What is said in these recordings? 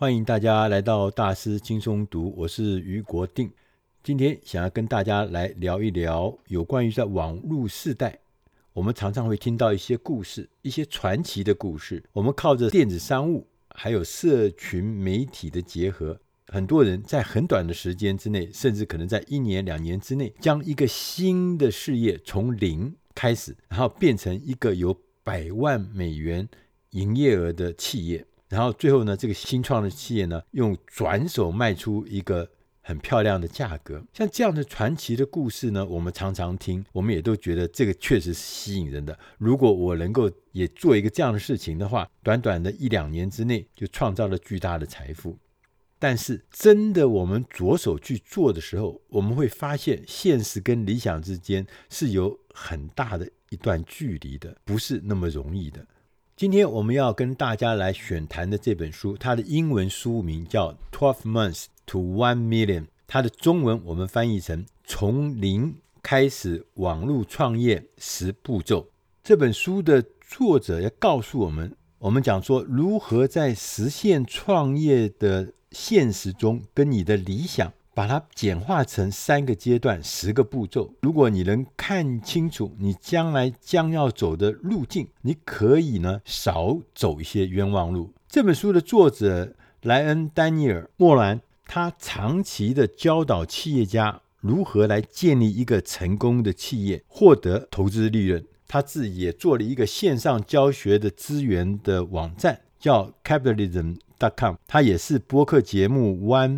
欢迎大家来到大师轻松读，我是余国定。今天想要跟大家来聊一聊有关于在网络世代，我们常常会听到一些故事，一些传奇的故事。我们靠着电子商务还有社群媒体的结合，很多人在很短的时间之内，甚至可能在1年2年之内，将一个新的事业从零开始，然后变成一个有100万美元营业额的企业。然后最后呢，这个新创的企业呢，用转手卖出一个很漂亮的价格。像这样的传奇的故事呢，我们常常听，我们也都觉得这个确实是吸引人的。如果我能够也做一个这样的事情的话，短短的1、2年之内就创造了巨大的财富。但是真的我们着手去做的时候，我们会发现现实跟理想之间是有很大的一段距离的，不是那么容易的。今天我们要跟大家来选谈的这本书，它的英文书名叫 12 Months to 1 Million， 它的中文我们翻译成从零开始网络创业10步骤。这本书的作者要告诉我们讲说如何在实现创业的现实中跟你的理想把它简化成3个阶段10个步骤。如果你能看清楚你将来将要走的路径，你可以呢少走一些冤枉路。这本书的作者莱恩·丹尼尔·莫兰，他长期的教导企业家如何来建立一个成功的企业，获得投资利润。他自己也做了一个线上教学的资源的网站，叫 Capitalism.com， 他也是播客节目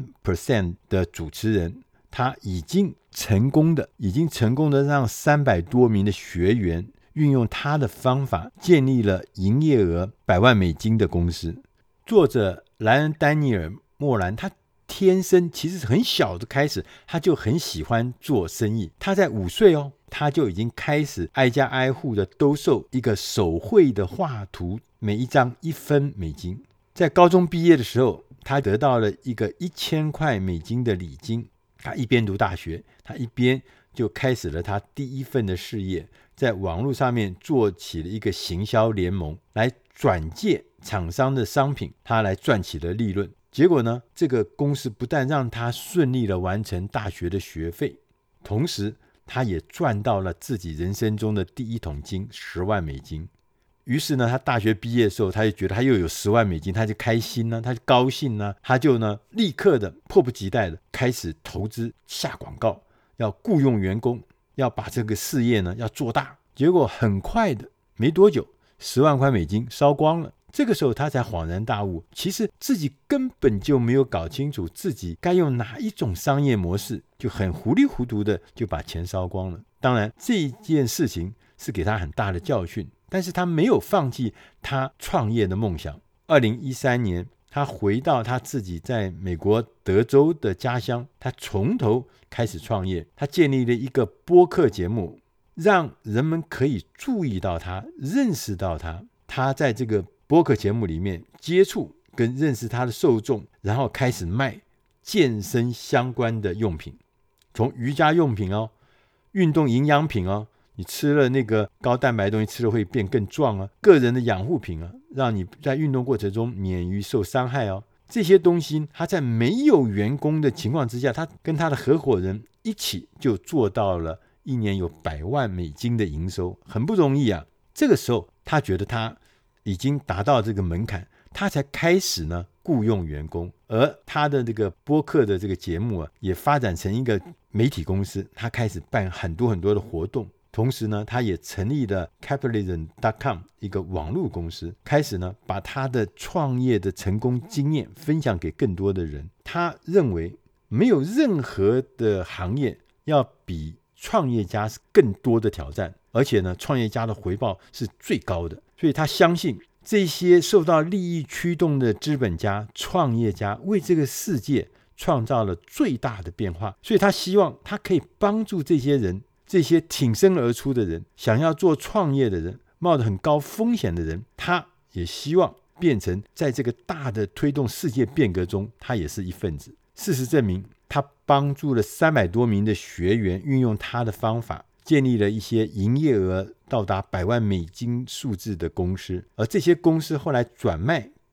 1% 的主持人。他已经成功的让300多名的学员运用他的方法建立了营业额100万美金的公司。作者莱恩·丹尼尔·莫兰，他天生其实很小的开始，他就很喜欢做生意。他在5岁他就已经开始挨家挨户的兜售一个手绘的画图，每一张1分美金。在高中毕业的时候，他得到了一个1000块美金的礼金。他一边读大学，他一边就开始了他第一份的事业，在网络上面做起了一个行销联盟，来转介厂商的商品，他来赚起了利润。结果呢，这个公司不但让他顺利的完成大学的学费，同时他也赚到了自己人生中的第一桶金10万美金。于是呢，他大学毕业的时候，他就觉得他又有10万美金，他就开心了，他就高兴了，他就呢立刻的迫不及待的开始投资下广告，要雇佣员工，要把这个事业呢要做大。结果很快的，没多久，10万块美金烧光了。这个时候他才恍然大悟，其实自己根本就没有搞清楚自己该用哪一种商业模式，就很糊里糊涂的就把钱烧光了。当然这件事情是给他很大的教训，但是他没有放弃他创业的梦想。2013年他回到他自己在美国德州的家乡，他从头开始创业。他建立了一个播客节目，让人们可以注意到他，认识到他。他在这个播客节目里面接触跟认识他的受众，然后开始卖健身相关的用品，从瑜伽用品运动营养品你吃了那个高蛋白的东西，吃了会变更壮个人的养护品让你在运动过程中免于受伤害这些东西他在没有员工的情况之下，他跟他的合伙人一起就做到了1年有100万美金的营收，很不容易这个时候他觉得他已经达到这个门槛，他才开始呢雇佣员工。而他的这个播客的这个节目也发展成一个媒体公司，他开始办很多很多的活动。同时呢，他也成立了 Capitalism.com 一个网络公司，开始呢把他的创业的成功经验分享给更多的人。他认为没有任何的行业要比创业家是更多的挑战，而且呢创业家的回报是最高的。所以他相信这些受到利益驱动的资本家、创业家为这个世界创造了最大的变化。所以他希望他可以帮助这些人，这些挺身而出的人，想要做创业的人，冒着很高风险的人，他也希望变成在这个大的推动世界变革中，他也是一份子。事实证明，他帮助了300多名的学员运用他的方法，建立了一些营业额到达100万美金数字的公司，而这些公司后来转卖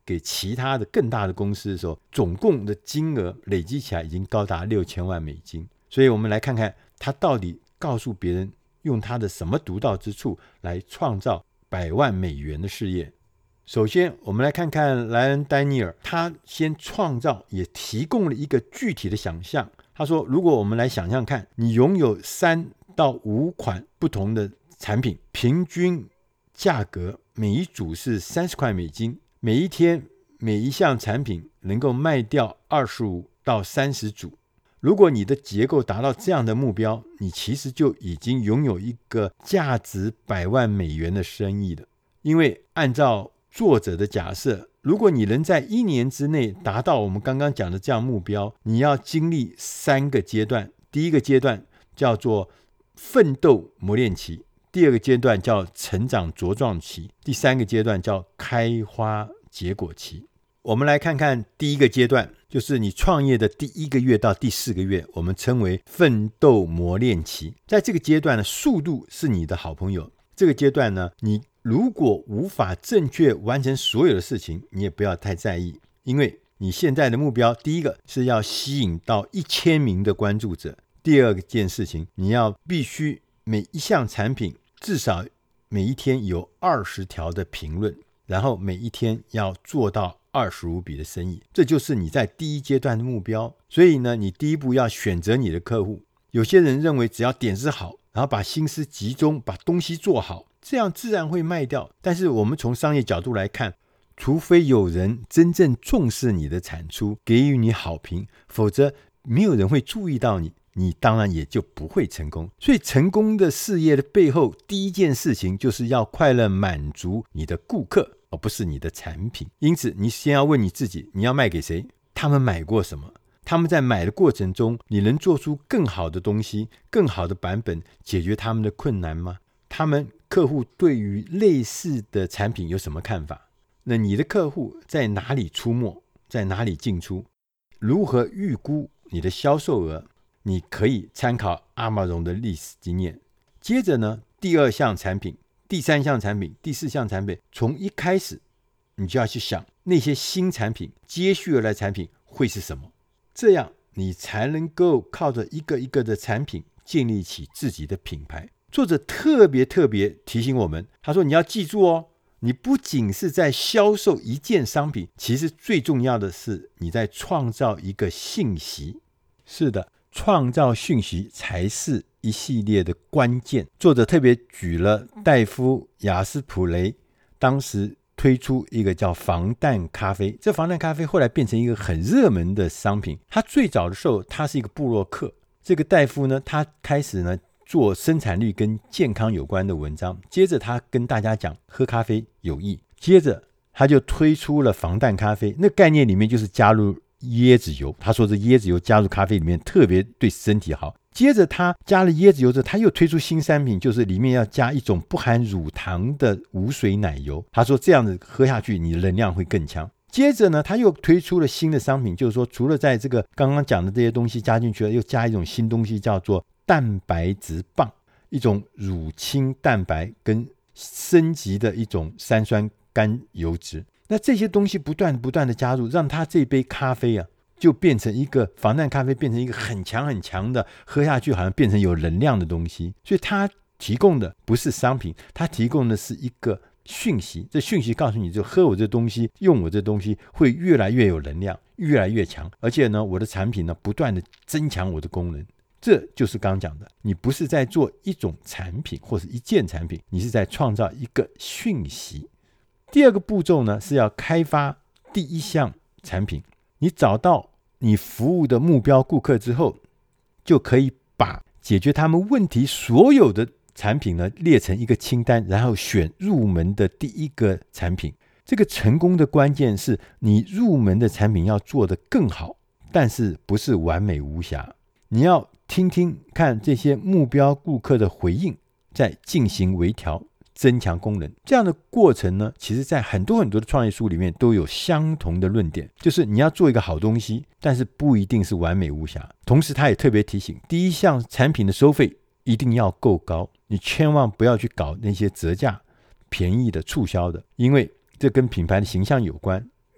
给其他的更大的公司的时候，总共的金额累积起来已经高达6000万美金。所以我们来看看他到底告诉别人用他的什么独到之处来创造100万美元的事业。首先我们来看看莱恩·丹尼尔，他先创造也提供了一个具体的想象。他说，如果我们来想象看，你拥有3到5款不同的产品，平均价格每一组是30块美金，每一天每一项产品能够卖掉25到30组。如果你的结构达到这样的目标，你其实就已经拥有一个价值100万美元的生意了。因为按照作者的假设，如果你能在1年之内达到我们刚刚讲的这样目标，你要经历3个阶段。第一个阶段叫做奋斗磨练期，第二个阶段叫成长茁壮期，第3个阶段叫开花结果期。我们来看看第一个阶段，就是你创业的第1个月到第4个月，我们称为奋斗磨练期。在这个阶段呢，速度是你的好朋友。这个阶段呢，你如果无法正确完成所有的事情，你也不要太在意，因为你现在的目标，第一个是要吸引到1000名的关注者，第二件事情，你要必须每一项产品至少每一天有20条的评论，然后每一天要做到25笔的生意，这就是你在第一阶段的目标。所以呢，你第一步要选择你的客户。有些人认为只要点子好，然后把心思集中，把东西做好，这样自然会卖掉。但是我们从商业角度来看，除非有人真正重视你的产出，给予你好评，否则没有人会注意到你，你当然也就不会成功。所以成功的事业的背后，第一件事情就是要快乐满足你的顾客，而不是你的产品。因此你先要问你自己，你要卖给谁？他们买过什么？他们在买的过程中，你能做出更好的东西，更好的版本，解决他们的困难吗？他们客户对于类似的产品有什么看法？那你的客户在哪里出没，在哪里进出？如何预估你的销售额？你可以参考Amazon的历史经验。接着呢，第2项产品、第3项产品、第4项产品，从一开始你就要去想那些新产品接续而来产品会是什么，这样你才能够靠着一个一个的产品建立起自己的品牌。作者特别提醒我们，他说你要记住哦，你不仅是在销售一件商品，其实最重要的是你在创造一个信息。是的，创造讯息才是一系列的关键。作者特别举了戴夫·雅斯普雷当时推出一个叫防弹咖啡，这防弹咖啡后来变成一个很热门的商品。他最早的时候他是一个部落客，这个戴夫呢，他开始呢做生产力跟健康有关的文章，接着他跟大家讲喝咖啡有益，接着他就推出了防弹咖啡，那概念里面就是加入椰子油，他说这椰子油加入咖啡里面特别对身体好。接着他加了椰子油之后，他又推出新商品，就是里面要加一种不含乳糖的无水奶油，他说这样子喝下去你的能量会更强。接着呢，他又推出了新的商品，就是说除了在这个刚刚讲的这些东西加进去了，又加一种新东西叫做蛋白质棒，一种乳清蛋白跟升级的一种三酸甘油脂。那这些东西不断的加入，让他这杯咖啡啊就变成一个防弹咖啡，变成一个很强的，喝下去好像变成有能量的东西。所以他提供的不是商品，他提供的是一个讯息，这讯息告诉你，就喝我这东西，用我这东西会越来越有能量，越来越强，而且呢，我的产品呢不断的增强我的功能。这就是刚刚讲的，你不是在做一种产品或是一件产品，你是在创造一个讯息。第2个步骤呢，是要开发第1项产品。你找到你服务的目标顾客之后，就可以把解决他们问题所有的产品呢列成一个清单，然后选入门的第1个产品。这个成功的关键是你入门的产品要做得更好，但是不是完美无瑕。你要听听看这些目标顾客的回应，再进行微调，增强功能。这样的过程呢，其实在很多的创业书里面都有相同的论点，就是你要做一个好东西，但是不一定是完美无瑕。同时他也特别提醒，第1项产品的收费一定要够高，你千万不要去搞那些折价便宜的促销的，因为这跟品牌的形象有关。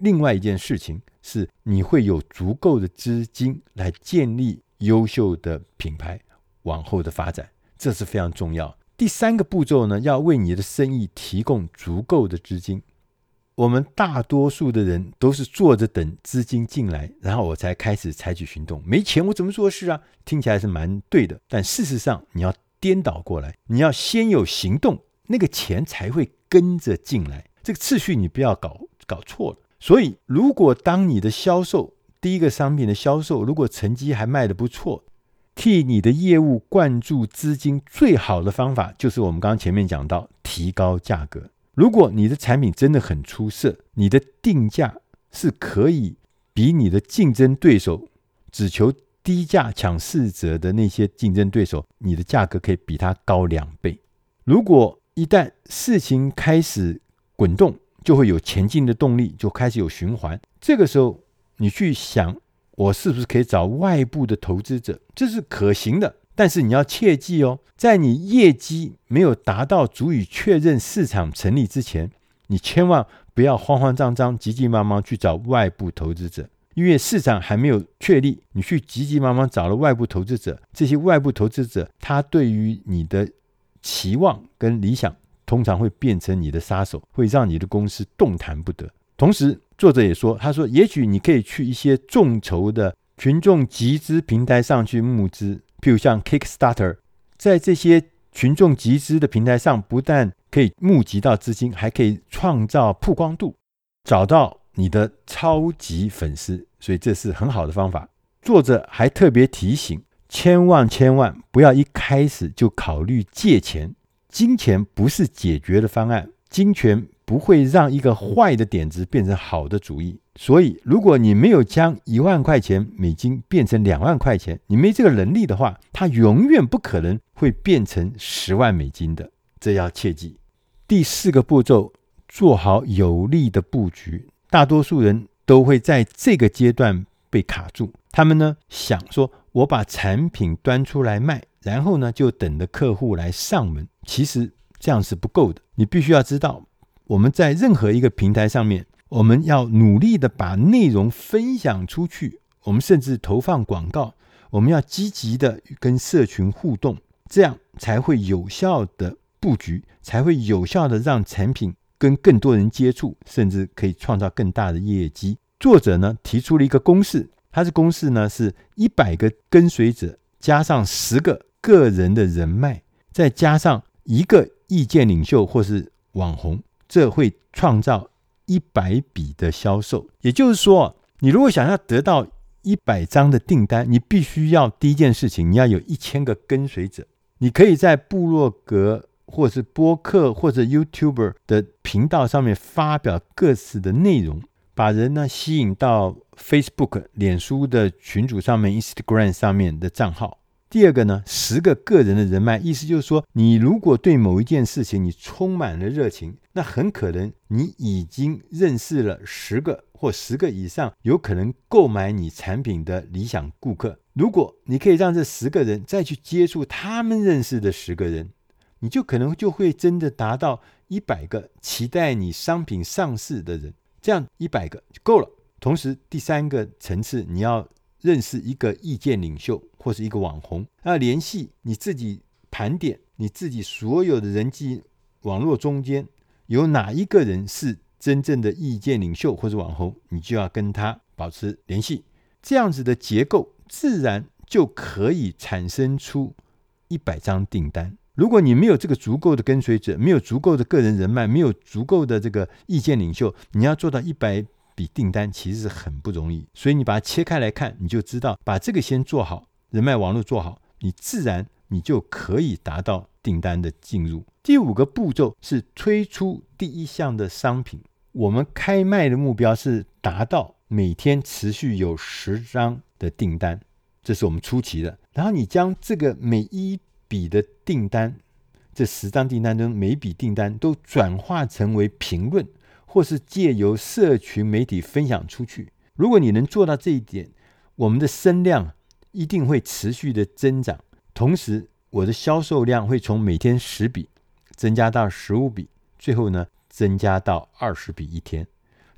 另外一件事情是你会有足够的资金来建立优秀的品牌往后的发展，这是非常重要。第三个步骤呢，要为你的生意提供足够的资金。我们大多数的人都是坐着等资金进来，然后我才开始采取行动。没钱我怎么做事啊？听起来是蛮对的，但事实上你要颠倒过来，你要先有行动，那个钱才会跟着进来。这个次序你不要搞错了。所以如果当你的销售，第一个商品的销售，如果成绩还卖得不错，替你的业务灌注资金最好的方法就是我们刚刚前面讲到提高价格。如果你的产品真的很出色，你的定价是可以比你的竞争对手只求低价抢4折的那些竞争对手，你的价格可以比他高2倍。如果一旦事情开始滚动，就会有前进的动力，就开始有循环。这个时候你去想，我是不是可以找外部的投资者，这是可行的。但是你要切记哦，在你业绩没有达到足以确认市场成立之前，你千万不要慌慌张张急急忙忙去找外部投资者，因为市场还没有确立，你去急急忙忙找了外部投资者，这些外部投资者他对于你的期望跟理想通常会变成你的杀手，会让你的公司动弹不得。同时作者也说，他说也许你可以去一些众筹的群众集资平台上去募资，譬如像 Kickstarter， 在这些群众集资的平台上，不但可以募集到资金，还可以创造曝光度，找到你的超级粉丝，所以这是很好的方法。作者还特别提醒，千万不要一开始就考虑借钱，金钱不是解决的方案，金钱不会让一个坏的点子变成好的主意。所以如果你没有将1万块钱美金变成2万块钱，你没这个能力的话，它永远不可能会变成10万美金的，这要切记。第4个步骤，做好有力的布局。大多数人都会在这个阶段被卡住，他们呢想说，我把产品端出来卖，然后呢就等着客户来上门。其实这样是不够的，你必须要知道，我们在任何一个平台上面，我们要努力的把内容分享出去，我们甚至投放广告，我们要积极的跟社群互动，这样才会有效的布局，才会有效的让产品跟更多人接触，甚至可以创造更大的业绩。作者呢提出了一个公式，他的公式呢是100个跟随者加上10个个人的人脉，再加上1个意见领袖或是网红，这会创造100笔的销售。也就是说，你如果想要得到100张的订单，你必须要第一件事情，你要有1000个跟随者。你可以在部落格或是播客或者 YouTuber 的频道上面发表各式的内容，把人呢吸引到 Facebook 脸书的群组上面， Instagram 上面的账号。第二个呢，10个个人的人脉，意思就是说，你如果对某一件事情你充满了热情，那很可能你已经认识了10个或10个以上有可能购买你产品的理想顾客。如果你可以让这10个人再去接触他们认识的10个人，你就可能就会真的达到100个期待你商品上市的人，这样100个就够了。同时第3个层次，你要认识一个意见领袖或是一个网红，要联系你自己，盘点你自己所有的人际网络中间有哪一个人是真正的意见领袖或者网红，你就要跟他保持联系。这样子的结构自然就可以产生出100张订单。如果你没有这个足够的跟随者，没有足够的个人人脉，没有足够的这个意见领袖，你要做到100笔订单其实是很不容易。所以你把它切开来看，你就知道把这个先做好，人脉网络做好，你自然你就可以达到订单的进入。第5个步骤是推出第1项的商品。我们开卖的目标是达到每天持续有10张的订单，这是我们初期的。然后你将这个每一笔的订单，这10张订单中每一笔订单都转化成为评论，或是借由社群媒体分享出去。如果你能做到这一点，我们的声量一定会持续的增长，同时我的销售量会从每天10笔增加到15笔，最后呢增加到20笔一天。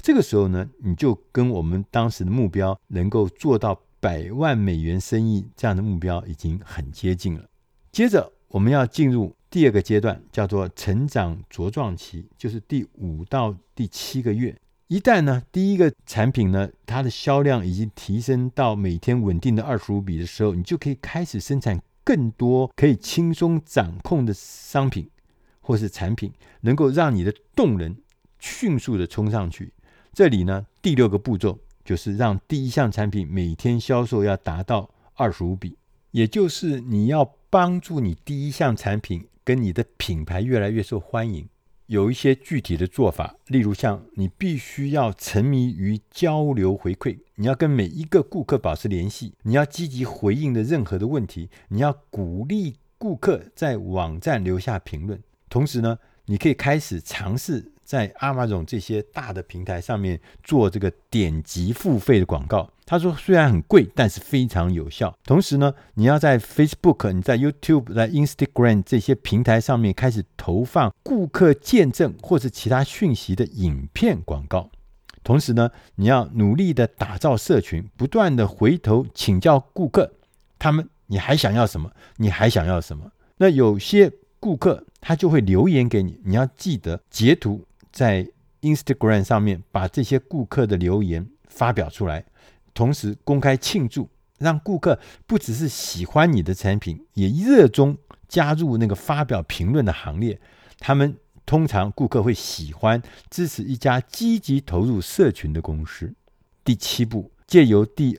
这个时候呢，你就跟我们当时的目标能够做到100万美元生意这样的目标已经很接近了。接着我们要进入第二个阶段，叫做成长茁壮期，就是第5到第7个月。一旦呢第一个产品呢它的销量已经提升到每天稳定的25笔的时候，你就可以开始生产更多可以轻松掌控的商品或是产品，能够让你的动能迅速的冲上去。这里呢第6个步骤就是让第一项产品每天销售要达到25笔，也就是你要帮助你第一项产品跟你的品牌越来越受欢迎。有一些具体的做法，例如像你必须要沉迷于交流回馈，你要跟每一个顾客保持联系，你要积极回应的任何的问题，你要鼓励顾客在网站留下评论。同时呢，你可以开始尝试在 Amazon 这些大的平台上面做这个点击付费的广告。他说虽然很贵，但是非常有效。同时呢，你要在 Facebook、你在 YouTube、在 Instagram 这些平台上面开始投放顾客见证或是其他讯息的影片广告。同时呢，你要努力的打造社群，不断的回头请教顾客，他们你还想要什么？你还想要什么？那有些顾客他就会留言给你，你要记得截图在 Instagram 上面把这些顾客的留言发表出来，同时公开庆祝，让顾客不只是喜欢你的产品，也热衷加入那个发表评论的行列。他们通常顾客会喜欢支持一家积极投入社群的公司。第7步，借由第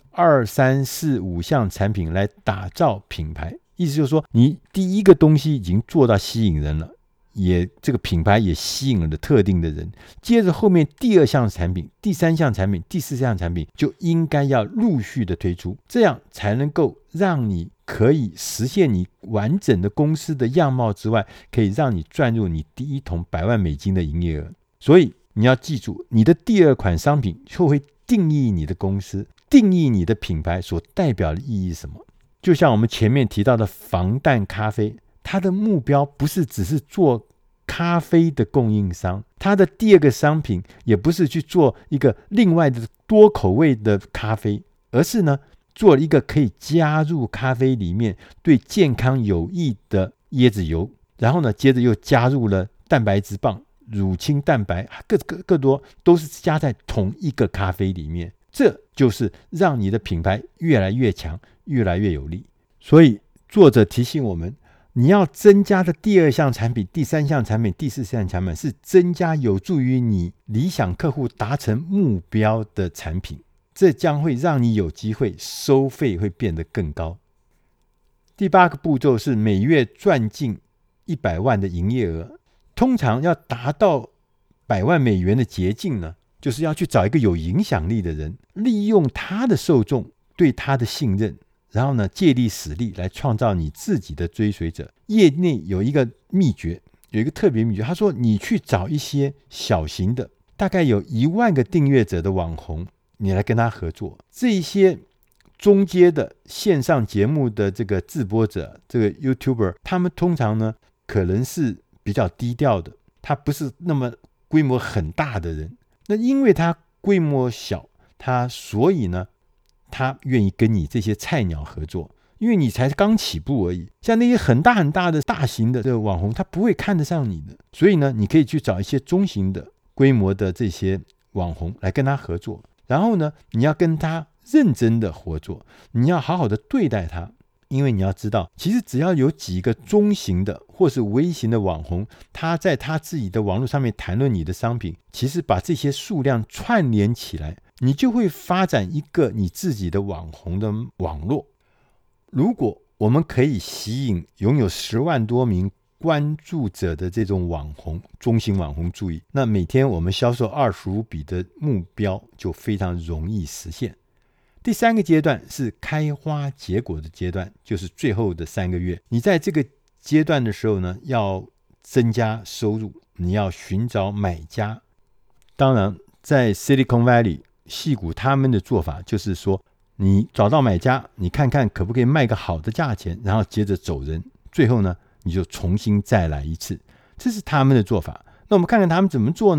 2、3、4、5项产品来打造品牌。意思就是说，你第一个东西已经做到吸引人了，这个品牌也吸引了特定的人，接着后面第2项产品、第3项产品、第4项产品就应该要陆续的推出，这样才能够让你可以实现你完整的公司的样貌之外，可以让你赚入你第一桶100万美金的营业额。所以你要记住，你的第2款商品就会定义你的公司，定义你的品牌所代表的意义是什么。就像我们前面提到的防弹咖啡，它的目标不是只是做咖啡的供应商，它的第2个商品也不是去做一个另外的多口味的咖啡，而是呢做一个可以加入咖啡里面对健康有益的椰子油，然后呢接着又加入了蛋白质棒、乳清蛋白，各多都是加在同一个咖啡里面。这就是让你的品牌越来越强，越来越有力。所以作者提醒我们，你要增加的第2项产品、第3项产品、第4项产品是增加有助于你理想客户达成目标的产品，这将会让你有机会收费会变得更高。第8个步骤是每月赚进100万的营业额。通常要达到100万美元的捷径呢，就是要去找一个有影响力的人，利用他的受众对他的信任，然后呢借力使力来创造你自己的追随者。业内有一个秘诀，有一个特别秘诀，他说你去找一些小型的大概有1万个订阅者的网红，你来跟他合作。这一些中阶的线上节目的这个直播者，这个 YouTuber， 他们通常呢可能是比较低调的，他不是那么规模很大的人。那因为他规模小，所以呢他愿意跟你这些菜鸟合作，因为你才刚起步而已。像那些很大很大的大型的这个网红，他不会看得上你的，所以呢你可以去找一些中型的规模的这些网红来跟他合作。然后呢你要跟他认真的合作，你要好好的对待他。因为你要知道，其实只要有几个中型的或是微型的网红，他在他自己的网络上面谈论你的商品，其实把这些数量串联起来，你就会发展一个你自己的网红的网络。如果我们可以吸引拥有10万多名关注者的这种网红，中型网红注意，那每天我们销售25笔的目标就非常容易实现。第3个阶段是开花结果的阶段，就是最后的3个月。你在这个阶段的时候呢，要增加收入，你要寻找买家。当然在 Silicon Valley 矽谷，他们的做法就是说，你找到买家，你看看可不可以卖个好的价钱，然后接着走人，最后呢你就重新再来一次，这是他们的做法。那我们看看他们怎么做呢？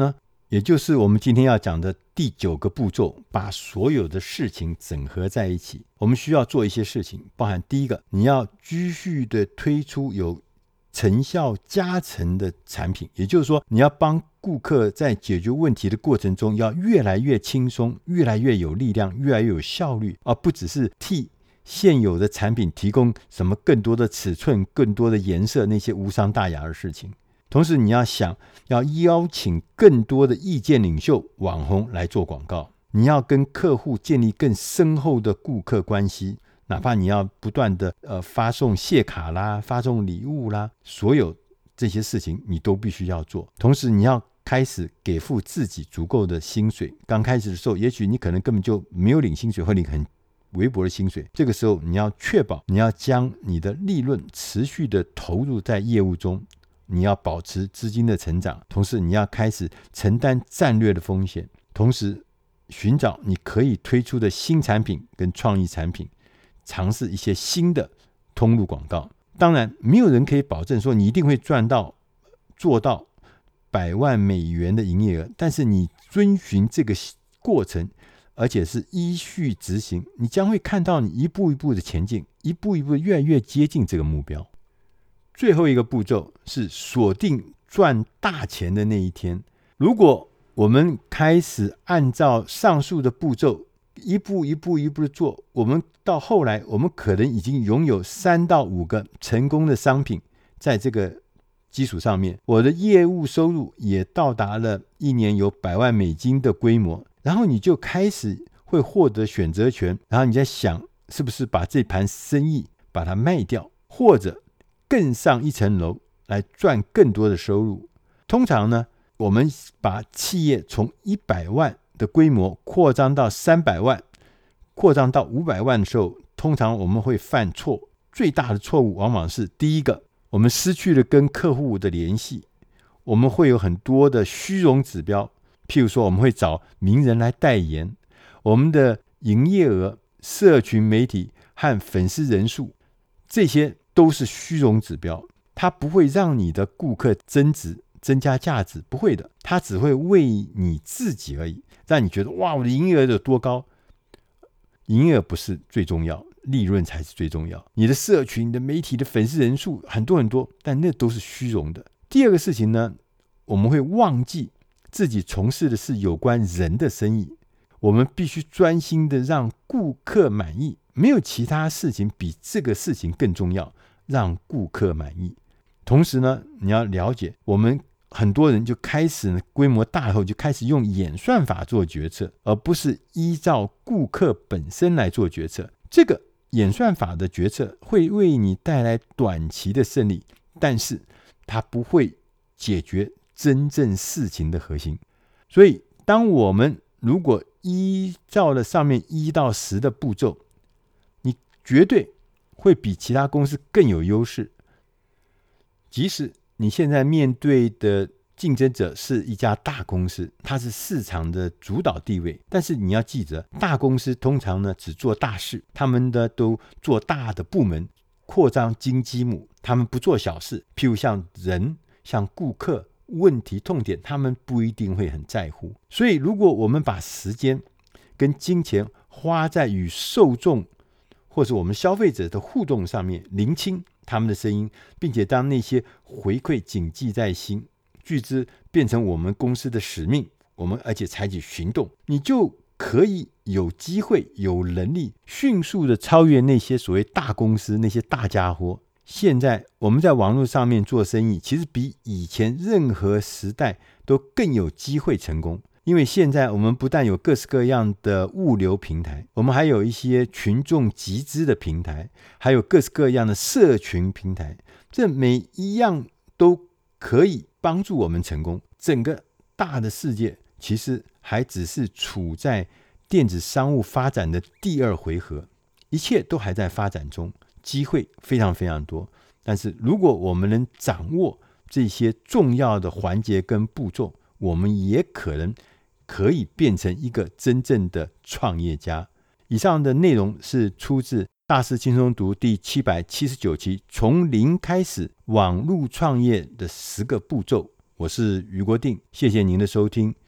也就是我们今天要讲的第9个步骤，把所有的事情整合在一起。我们需要做一些事情，包含第一个，你要继续的推出有成效加成的产品，也就是说你要帮顾客在解决问题的过程中要越来越轻松，越来越有力量，越来越有效率，而不只是替现有的产品提供什么更多的尺寸、更多的颜色，那些无伤大雅的事情。同时你要想要邀请更多的意见领袖、网红来做广告，你要跟客户建立更深厚的顾客关系，哪怕你要不断的发送谢卡啦，发送礼物啦，所有这些事情你都必须要做。同时你要开始给付自己足够的薪水，刚开始的时候也许你可能根本就没有领薪水，或领很微薄的薪水，这个时候你要确保你要将你的利润持续的投入在业务中，你要保持资金的成长，同时你要开始承担战略的风险，同时寻找你可以推出的新产品跟创意产品，尝试一些新的通路广告。当然没有人可以保证说你一定会做到100万美元的营业额，但是你遵循这个过程，而且是依序执行，你将会看到你一步一步的前进，一步一步越来越接近这个目标。最后一个步骤是锁定赚大钱的那一天。如果我们开始按照上述的步骤一步一步的做，我们到后来我们可能已经拥有3到5个成功的商品，在这个基础上面，我的业务收入也到达了1年有100万美金的规模，然后你就开始会获得选择权，然后你在想是不是把这盘生意把它卖掉，或者更上一层楼来赚更多的收入。通常呢，我们把企业从100万的规模扩张到300万，扩张到500万的时候，通常我们会犯错。最大的错误往往是第一个，我们失去了跟客户的联系，我们会有很多的虚荣指标，譬如说我们会找名人来代言，我们的营业额、社群媒体和粉丝人数，这些都是虚荣指标，它不会让你的顾客增值、增加价值，不会的，它只会为你自己而已，让你觉得哇，我的营业额有多高。营业额不是最重要，利润才是最重要。你的社群、你的媒体的粉丝人数很多很多，但那都是虚荣的。第二个事情呢，我们会忘记自己从事的是有关人的生意，我们必须专心的让顾客满意，没有其他事情比这个事情更重要，让顾客满意。同时呢，你要了解，我们很多人就开始规模大后就开始用演算法做决策，而不是依照顾客本身来做决策。这个演算法的决策会为你带来短期的胜利，但是它不会解决真正事情的核心。所以当我们如果依照了上面1到10的步骤，你绝对会比其他公司更有优势。即使你现在面对的竞争者是一家大公司，它是市场的主导地位，但是你要记着，大公司通常呢只做大事，他们呢都做大的部门，扩张金鸡母，他们不做小事，譬如像人、像顾客、问题痛点，他们不一定会很在乎。所以如果我们把时间跟金钱花在与受众或者我们消费者的互动上面，聆听他们的声音，并且当那些回馈谨记在心，据之变成我们公司的使命，我们而且采取行动，你就可以有机会、有能力迅速的超越那些所谓大公司、那些大家伙。现在我们在网络上面做生意，其实比以前任何时代都更有机会成功。因为现在我们不但有各式各样的物流平台，我们还有一些群众集资的平台，还有各式各样的社群平台，这每一样都可以帮助我们成功。整个大的世界其实还只是处在电子商务发展的第2回合，一切都还在发展中，机会非常非常多。但是如果我们能掌握这些重要的环节跟步骤，我们也可以变成一个真正的创业家。以上的内容是出自大师轻松读第779期，从零开始网络创业的10个步骤。我是余国定，谢谢您的收听，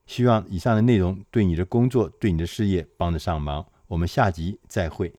希望以上的内容对你的工作、对你的事业帮得上忙。我们下集再会。